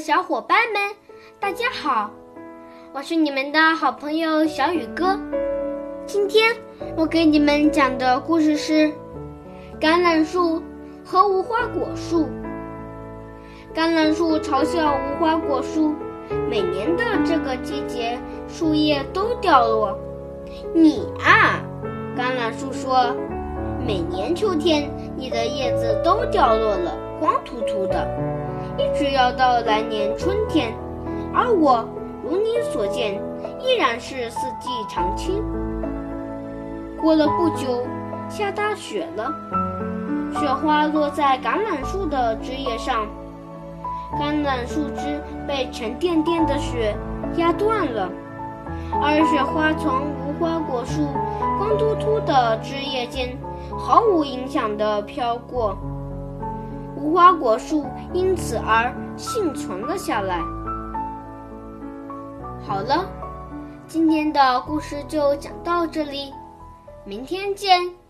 小伙伴们，大家好，我是你们的好朋友小雨哥。今天我给你们讲的故事是橄榄树和无花果树。橄榄树嘲笑无花果树，每年的这个季节树叶都掉落。你啊，橄榄树说，每年秋天你的叶子都掉落了，光秃秃的，一直要到来年春天，而我如你所见，依然是四季常青。过了不久，下大雪了，雪花落在橄榄树的枝叶上，橄榄树枝被沉甸甸的雪压断了，而雪花从无花果树光秃秃的枝叶间毫无影响地飘过，无花果树因此而幸存了下来。好了，今天的故事就讲到这里，明天见。